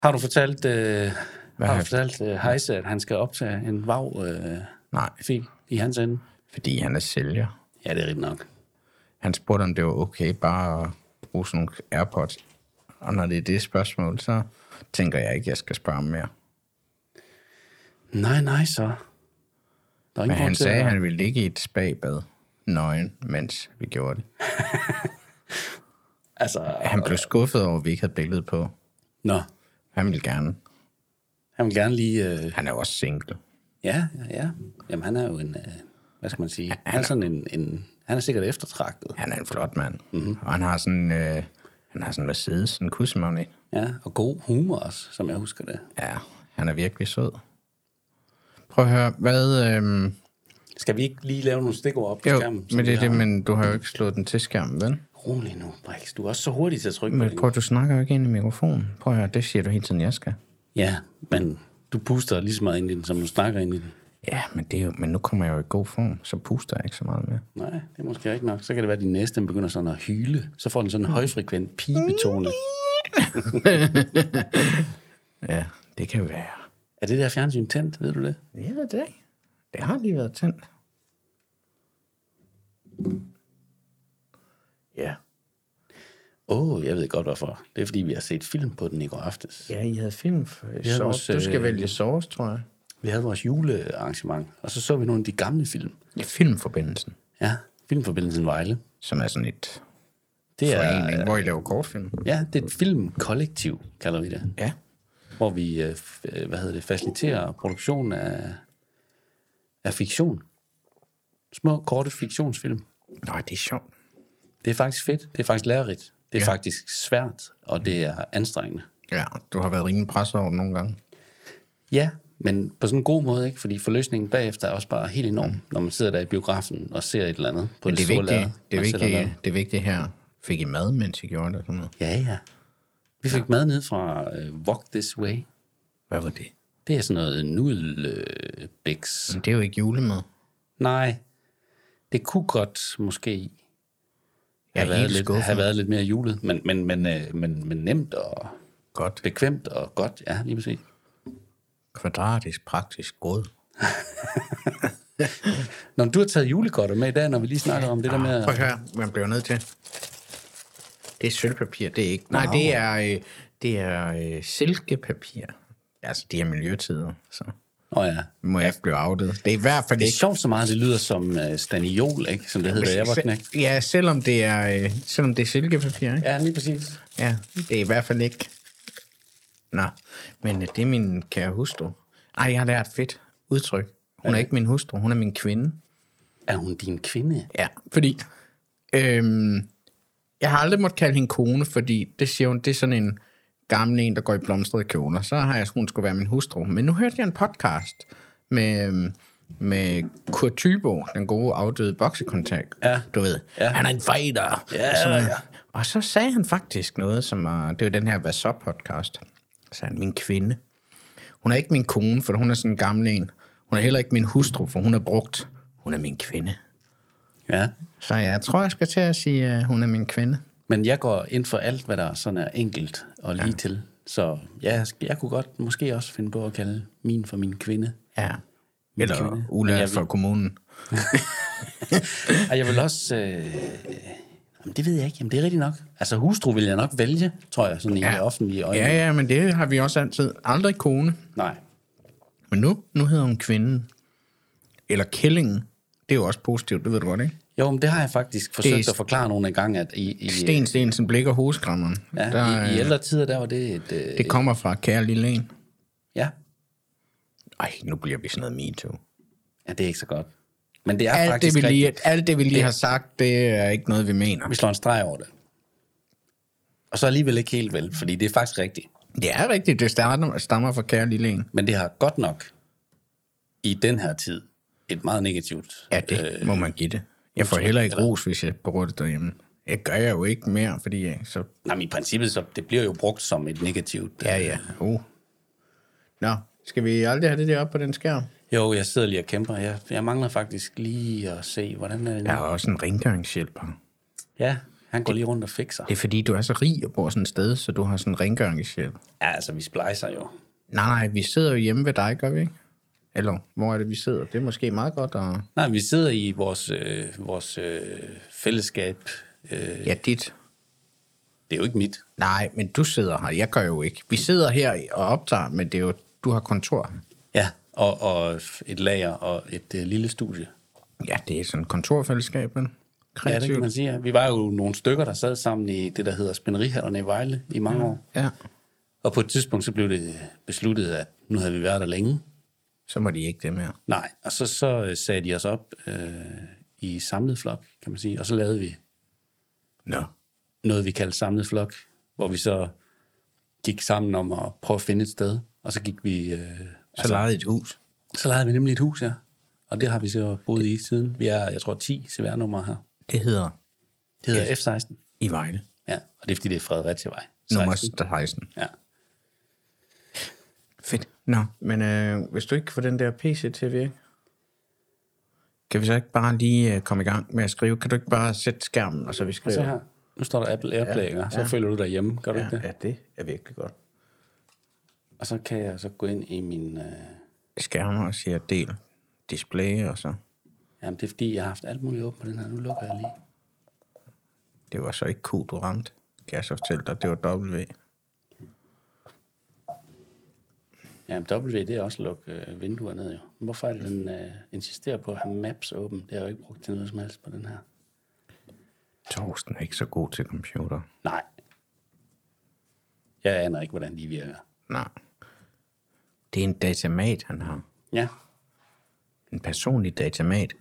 Har du fortalt, Heise, at han skal optage en fil i hans ende? Fordi han er sælger. Ja, det er rigtigt nok. Han spurgte, om det var okay bare at bruge sådan nogle AirPods. Og når det er det spørgsmål, så tænker jeg ikke, jeg skal spørge ham mere. Nej, så. Men han sagde, at han ville ligge i et spabad nøgen, mens vi gjorde det. Altså, han blev skuffet over, at vi ikke havde billedet på. Nå. Han ville gerne. Han vil gerne lige... Han er også single. Ja. Jamen, han er jo en... hvad skal man sige? Han er sådan han er sikkert eftertragtet. Han er en flot mand. Mm-hmm. Og han har sådan... han har sådan Mercedes, en kussemagnet. Ja, og god humor også, som jeg husker det. Ja, han er virkelig sød. Prøv at høre, hvad... Skal vi ikke lige lave nogle stikord op på skærmen? Jo, men det er det, men du har jo ikke slået den til skærmen, vel? Rolig nu, Brix. Du er også så hurtig til at trykke på det. Men du snakker jo ikke ind i mikrofonen. Prøv at høre, det siger du hele tiden, jeg skal. Ja, men du puster lige så meget ind i den, som du snakker ind i den. Ja, men nu kommer jeg jo i god form, så puster jeg ikke så meget mere. Nej, det er måske ikke nok. Så kan det være, at din næste den begynder sådan at hyle. Så får den sådan en højfrekvent pibetone. Ja, det kan være. Er det der fjernsyn tændt, ved du det? Ja, det har lige været tændt. Ja. Jeg ved godt hvorfor. Det er fordi, vi har set film på den i går aftes. Ja, I havde film for sauce. Du skal vælge sauce, tror jeg. Vi havde vores julearrangement, og så vi nogle af de gamle film. Ja, Filmforbindelsen. Ja, Filmforbindelsen Vejle. Som er sådan et forening, hvor I laver kortfilm. Ja, det er et filmkollektiv, kalder vi det. Ja. Hvor vi, faciliterer produktion af fiktion. Små, korte fiktionsfilm. Nej, det er sjovt. Det er faktisk fedt. Det er faktisk lærerigt. Det er faktisk svært, og det er anstrengende. Ja, du har været rimelig presset over nogle gange. Ja, men på sådan en god måde, ikke? Fordi forløsningen bagefter er også bare helt enorm, når man sidder der i biografen og ser et eller andet på det store lærred. Det er vigtigt her. Fik I mad, mens I gjorde det? Sådan noget? Ja. Vi fik mad ned fra Walk This Way. Hvad var det? Det er sådan noget nudelbæks. Men det er jo ikke julemad. Nej, det kunne godt måske have været lidt mere julet, men nemt og godt. Bekvemt og godt, ja, lige præcis. Kvadratisk, praktisk, god. Når du har taget julegodter med i dag, når vi lige snakker om det der med... Prøv at høre, man bliver nødt til. Det er sølvpapir, det er ikke... Nej, det er silkepapir. Altså, de her miljøtider, så... Ja. Må jeg ikke blive outet. Det er i hvert fald ikke... Det er sjovt så meget, det lyder som staniol, ikke? Som det hedder, da jeg var knægt. Ja, selvom det er silkepapir, ikke? Ja, lige præcis. Ja, det er i hvert fald ikke... Nå, men det er min kære hustru. Jeg har lært fedt udtryk. Hun er ikke min hustru, hun er min kvinde. Er hun din kvinde? Ja, fordi... jeg har aldrig måttet kalde hende kone, fordi det siger hun, det er sådan en gammel en, der går i blomstrede kjoler. Så har hun skulle være min hustru. Men nu hørte jeg en podcast med Kurt Thybo, den gode afdøde boksekontakt. Ja. Du ved, han er en fighter. Ja. Og så sagde han faktisk noget, som var, det var den her Hvad så podcast. Så sagde han, min kvinde. Hun er ikke min kone, for hun er sådan en gammel en. Hun er heller ikke min hustru, for hun er brugt. Hun er min kvinde. Ja. Så jeg tror, jeg skal til at sige, at hun er min kvinde. Men jeg går ind for alt, hvad der sådan er enkelt og lige til. Så jeg kunne godt måske også finde på at kalde min for min kvinde. Ja. Eller Ulla for kommunen. Og jeg vil også... det ved jeg ikke. Jamen, det er rigtigt nok. Altså, hustru vil jeg nok vælge, tror jeg, sådan i det offentlige øjne. Ja, men det har vi også altid. Aldrig kone. Nej. Men nu hedder hun kvinden. Eller kællingen. Det er jo også positivt, det ved du godt, ikke? Jo, men det har jeg faktisk forsøgt at forklare nogle gange, at Sten Stensen blikker hovedskræmmeren. Ja, i ældre tider, der var det et... det kommer fra kære lille en. Ja. Ej, nu bliver vi sådan noget MeToo. Ja, det er ikke så godt. Men det er faktisk rigtigt. Alt det, vi lige har sagt, det er ikke noget, vi mener. Vi slår en streg over det. Og så alligevel ikke helt vel, fordi det er faktisk rigtigt. Det er rigtigt, det stammer fra kære lille en. Men det har godt nok i den her tid et meget negativt... Ja, det må man give det. Jeg får heller ikke ros, hvis jeg bruger det derhjemme. Det gør jeg jo ikke mere, fordi så... Nej, men i princippet, så det bliver jo brugt som et negativt... Ja. Nå, skal vi aldrig have det der op på den skærm? Jo, jeg sidder lige og kæmper. Jeg mangler faktisk lige at se, hvordan er det nu? Jeg har også en rengøringshjælper. Ja, Han går lige rundt og fikser. Det er fordi, du er så rig og bor sådan et sted, så du har sådan en rengøringshjælp. Ja, altså, vi splejser jo. Nej, vi sidder jo hjemme ved dig, gør vi ikke? Eller hvor er det, vi sidder? Det er måske meget godt at... Nej, vi sidder i vores fællesskab. Ja, dit. Det er jo ikke mit. Nej, men du sidder her. Jeg gør jo ikke. Vi sidder her og optager, men det er jo... Du har kontor. Ja, og et lager og et lille studie. Ja, det er sådan et kontorfællesskab, men kreativt. Ja, det kan man sige. Ja. Vi var jo nogle stykker, der sad sammen i det, der hedder Spænderihallerne i Vejle i mange år. Ja. Og på et tidspunkt, så blev det besluttet, at nu havde vi været der længe. Så må de ikke det mere. Nej, og så sagde de os op i samlet flok, kan man sige. Og så lavede vi noget, vi kaldte samlet flok, hvor vi så gik sammen om at prøve at finde et sted. Og så gik vi... Så lejede et hus. Så lejede vi nemlig et hus, ja. Og det har vi så boet i siden. Vi er, jeg tror, 10 CVR-numre her. Det hedder F16. i Vejle. Ja, og det er fordi, det er Fredericia-vej. Nummer 16. Ja. Fedt. Nå, men hvis du ikke kan få den der PC til at virke, kan vi så ikke bare lige komme i gang med at skrive? Kan du ikke bare sætte skærmen, og så vi skriver? Og så her, nu står der Apple Airplay, ja. Så føler du dig hjemme, gør du ikke det? Ja, det er virkelig godt. Og så kan jeg så gå ind i min... Skærmer og siger del display, og så... Jamen, det er fordi, jeg har haft alt muligt åbent på den her. Nu lukker jeg lige. Det var så ikke Q, du ramte. Kan jeg så fortælle dig, det var W. Jamen, W, det er også at lukke vinduer ned, jo. Hvorfor er det, den insisterer på at have maps åben? Det har jeg jo ikke brugt til noget som helst på den her. Torsten er ikke så god til computer. Nej. Jeg aner ikke, hvordan de virker. Nej. Det er en datamat, han har. Ja. En personlig datamat.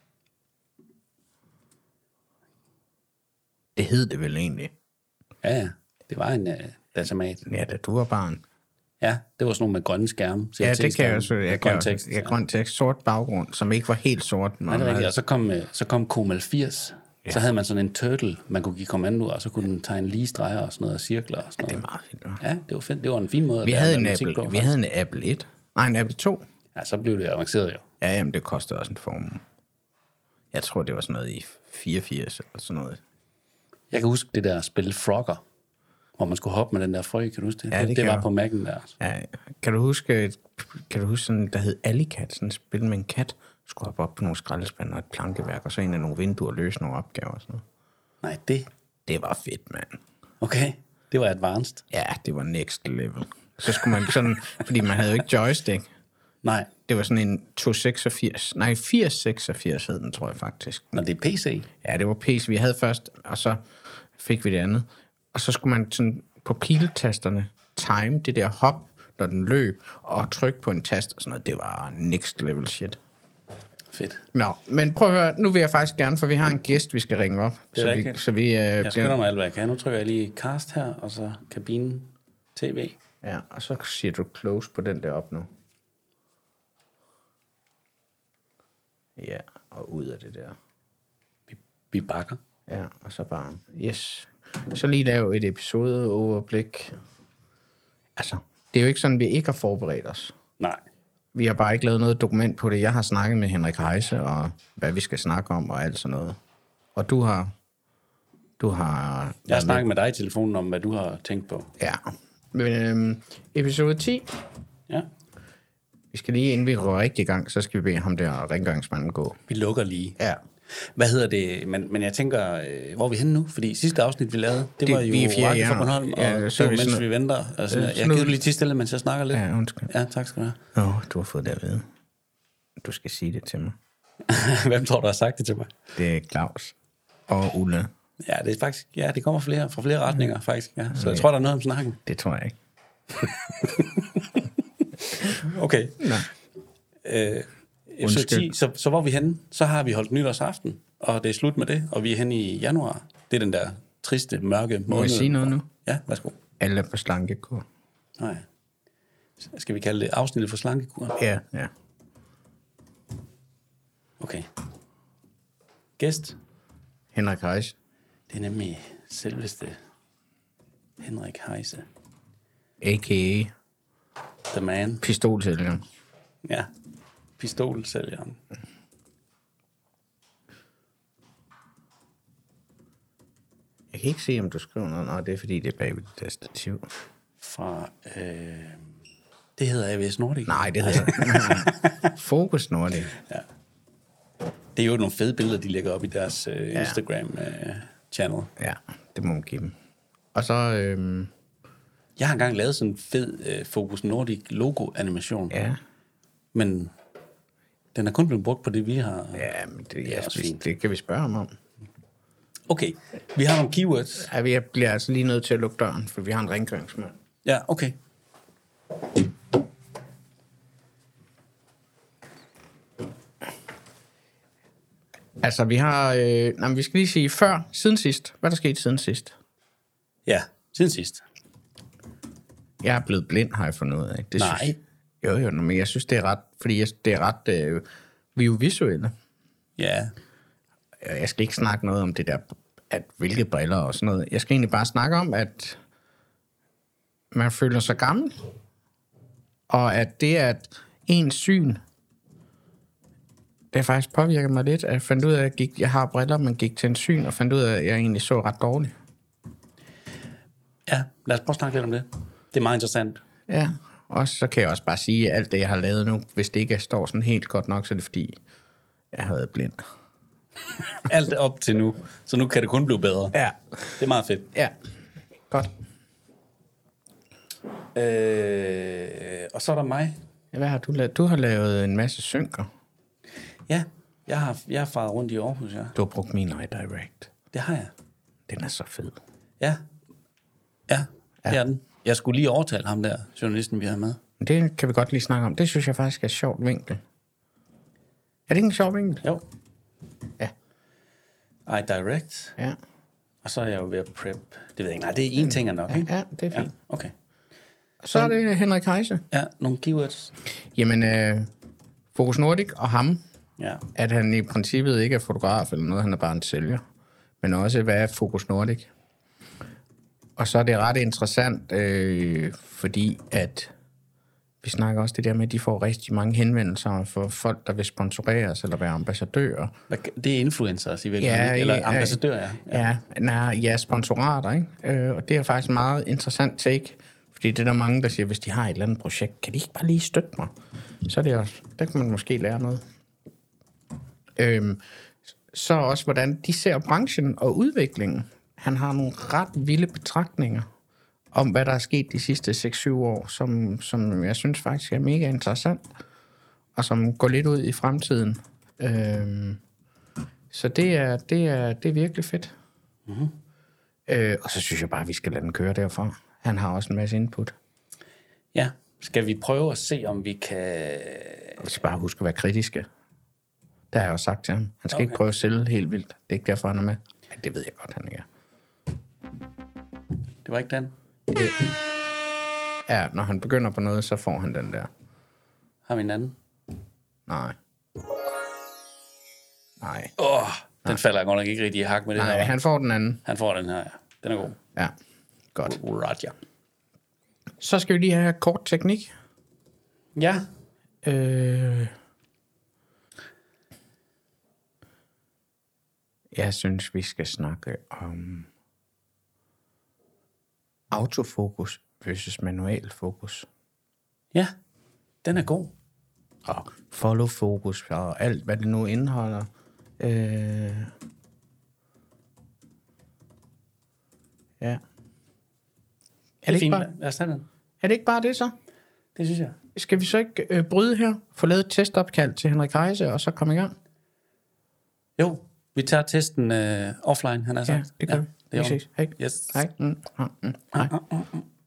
Det hed det vel egentlig? Ja. Det var en datamat. Ja, da du var barn. Ja, det var sådan nogle med grønne skærme. Ja, det kan jeg også. Jeg grøn tekst. Ja, grøn tekst. Sort baggrund, som ikke var helt sort. Nej, det er rigtigt. Og så kom Comal 80. Ja. Så havde man sådan en turtle, man kunne give kommando, og så kunne den tegne lige streger og sådan noget, og cirkler og sådan noget. Det er meget fedt. Ja, det var fedt. Det var en fin måde. Vi havde en Apple 1. Nej, en Apple 2. Ja, så blev det avanceret jo. Ja, jamen det kostede også en formue. Jeg tror, det var sådan noget i 84 eller sådan noget. Jeg kan huske det der spil Frogger, hvor man skulle hoppe med den der frø, kan du huske det? Ja, det var på Mac'en der. Ja, kan du huske sådan, der hed Alicat, sådan et spil med en kat, skulle hoppe op på nogle skraldespande og et plankeværk, og så ind af nogle vinduer og løse nogle opgaver og sådan noget. Nej, det var fedt, mand. Okay, det var advanced. Ja, det var next level. Så skulle man sådan, fordi man havde jo ikke joystick. Nej. Det var sådan en 8086 hed den, tror jeg faktisk. Nå, det er PC? Ja, det var PC. Vi havde først, og så fik vi det andet. Og så skulle man sådan på piltasterne time det der hop, når den løb, og trykke på en tast og sådan noget. Det var next level shit. Fedt. Nå, men prøv at høre, nu vil jeg faktisk gerne, for vi har en gæst, vi skal ringe op. Så vi jeg skynder mig alt, hvad jeg kan. Nu trykker jeg lige cast her, og så kabinen TV. Ja, og så siger du close på den der op nu. Ja, og ud af det der. Vi bakker. Ja, og så bare, yes. Så lige lave et episodeoverblik. Altså, det er jo ikke sådan, vi ikke har forberedt os. Nej. Vi har bare ikke lavet noget dokument på det. Jeg har snakket med Henrik Heise, og hvad vi skal snakke om, og alt sådan noget. Og du har... Jeg har snakket med dig i telefonen om, hvad du har tænkt på. Ja. Men episode 10. Ja. Vi skal lige, inden vi rører rigtig i gang, så skal vi bede ham der rengøringsmanden gå. Vi lukker lige. Ja. Hvad hedder det? Men jeg tænker, hvor er vi henne nu? Fordi sidste afsnit, vi lavede, det var jo Rakke fra Bornholm, og ja, så mens vi venter. Altså, jeg giver lige til stille, mens jeg snakker lidt. Ja, undskyld. Ja, tak skal du have. Du har fået det at vide. Du skal sige det til mig. Hvem tror du har sagt det til mig? Det er Claus og Ulla. Ja, det er faktisk, det kommer fra flere retninger, faktisk. Ja. Så jeg tror, der er noget om snakken. Det tror jeg ikke. Okay. Episode 10, så hvor er vi henne? Så har vi holdt nytårsaften, og det er slut med det, og vi er henne i januar. Det er den der triste, mørke måned. Må jeg sige noget nu? Ja, værsgo. Alle på slankekur. Nej. Skal vi kalde det afsnittet for slankekur? Ja. Okay. Gæst? Henrik Heise. Det er nemlig selveste Henrik Heise. A.k.a. The Man. Pistolsælgeren. Ja, pistolsælgeren. Jeg kan ikke se, om du skriver noget. Nå, det er fordi, det er bag ved det stativ. Fra... det hedder AVS Nordic. Nej, det hedder Focus Nordic. Ja. Det er jo nogle fede billeder, de lægger op i deres Instagram-channel. Ja, det må man give dem. Og så... Jeg har engang lavet sådan en fed Focus Nordic logo-animation. Ja. Men den er kun blevet brugt på det, vi har. Ja, men det kan vi spørge ham om. Okay, vi har nogle keywords. Ja, vi bliver altså lige nødt til at lukke døren, for vi har en rengøringsmand. Ja, okay. Altså, vi har... vi skal lige sige siden sidst. Hvad der skete siden sidst? Ja, siden sidst. Jeg er blevet blind, har jeg fundet ud af. Det Nej. Jo, men jeg synes, det er ret... Fordi det er ret... vi er jo visuelle. Ja. Jeg skal ikke snakke noget om det der, at hvilke briller og sådan noget. Jeg skal egentlig bare snakke om, at man føler sig gammel. Og at det, at ens syn... Det har faktisk påvirket mig lidt, at jeg fandt ud af, at jeg har briller, men gik til en syn, og fandt ud af, at jeg egentlig så ret dårligt. Ja, lad os prøve at snakke lidt om det. Det er meget interessant. Ja, og så kan jeg også bare sige, at alt det, jeg har lavet nu, hvis det ikke står sådan helt godt nok, så er det fordi, jeg har været blind. Alt op til nu, så nu kan det kun blive bedre. Ja. Det er meget fedt. Ja, godt. Og så er der mig. Ja, hvad har du lavet? Du har lavet en masse synker. Ja, jeg har faret rundt i Aarhus, ja. Du har brugt min iDirect. Det har jeg. Den er så fed. Ja, det er den. Jeg skulle lige overtale ham der, journalisten, vi har med. Det kan vi godt lige snakke om. Det synes jeg faktisk er et sjovt vinkel. Er det ikke en sjov vinkel? Jo. Ja. iDirect. Ja. Og så er jeg jo ved at prep. Det ved jeg ikke. Nej, det er én ting er nok, ikke? Ja, det er fint. Ja, okay. Så er det Henrik Heise. Ja, nogle keywords. Jamen, Focus Nordic og ham, Ja. at han i princippet ikke er fotograf eller noget, han er bare en sælger. Men også, hvad er Focus Nordic? Og så er det ret interessant, fordi at vi snakker også det der med, at de får rigtig mange henvendelser for folk, der vil sponsoreres eller være ambassadører. Det er influencers i virkeligheden, eller ambassadører, ja. Sponsorater, ikke? Og det er faktisk en meget interessant take, fordi det er der mange, der siger, hvis de har et eller andet projekt, kan de ikke bare lige støtte mig? Så er det også, der kan man måske lære noget. Så også, hvordan de ser branchen og udviklingen. Han har nogle ret vilde betragtninger om, hvad der er sket de sidste 6-7 år, som jeg synes faktisk er mega interessant, og som går lidt ud i fremtiden. Så det er virkelig fedt. Mm-hmm. Og så synes jeg bare, at vi skal lade den køre derfra. Han har også en masse input. Ja, skal vi prøve at se, om vi kan... Vi skal bare huske at være kritiske. Det har jeg også sagt til ham. Han skal ikke prøve at sælge helt vildt. Det er ikke derfor, han er med. Ja, det ved jeg godt, han ikke er. Det var ikke den? Ja, når han begynder på noget, så får han den der. Har vi en anden? Nej. Den falder jeg godt nok ikke rigtig i hak med det her. Nej, han får den anden. Han får den her, ja. Den er god. Ja, godt. Roger. Så skal vi lige have kort teknik. Ja. Jeg synes, vi skal snakke om autofokus versus manual fokus. Ja, den er god. Og follow fokus og alt, hvad det nu indeholder. Ja. Er det ikke bare, lad os tage den. Er det ikke bare det så? Det synes jeg. Skal vi så ikke bryde her? Få lavet et testopkald til Henrik Heise, og så komme i gang? Jo, vi tager testen offline, han har sagt. Ja, det gør vi. Det vi ses. Hej. Yes. Hej. Hej.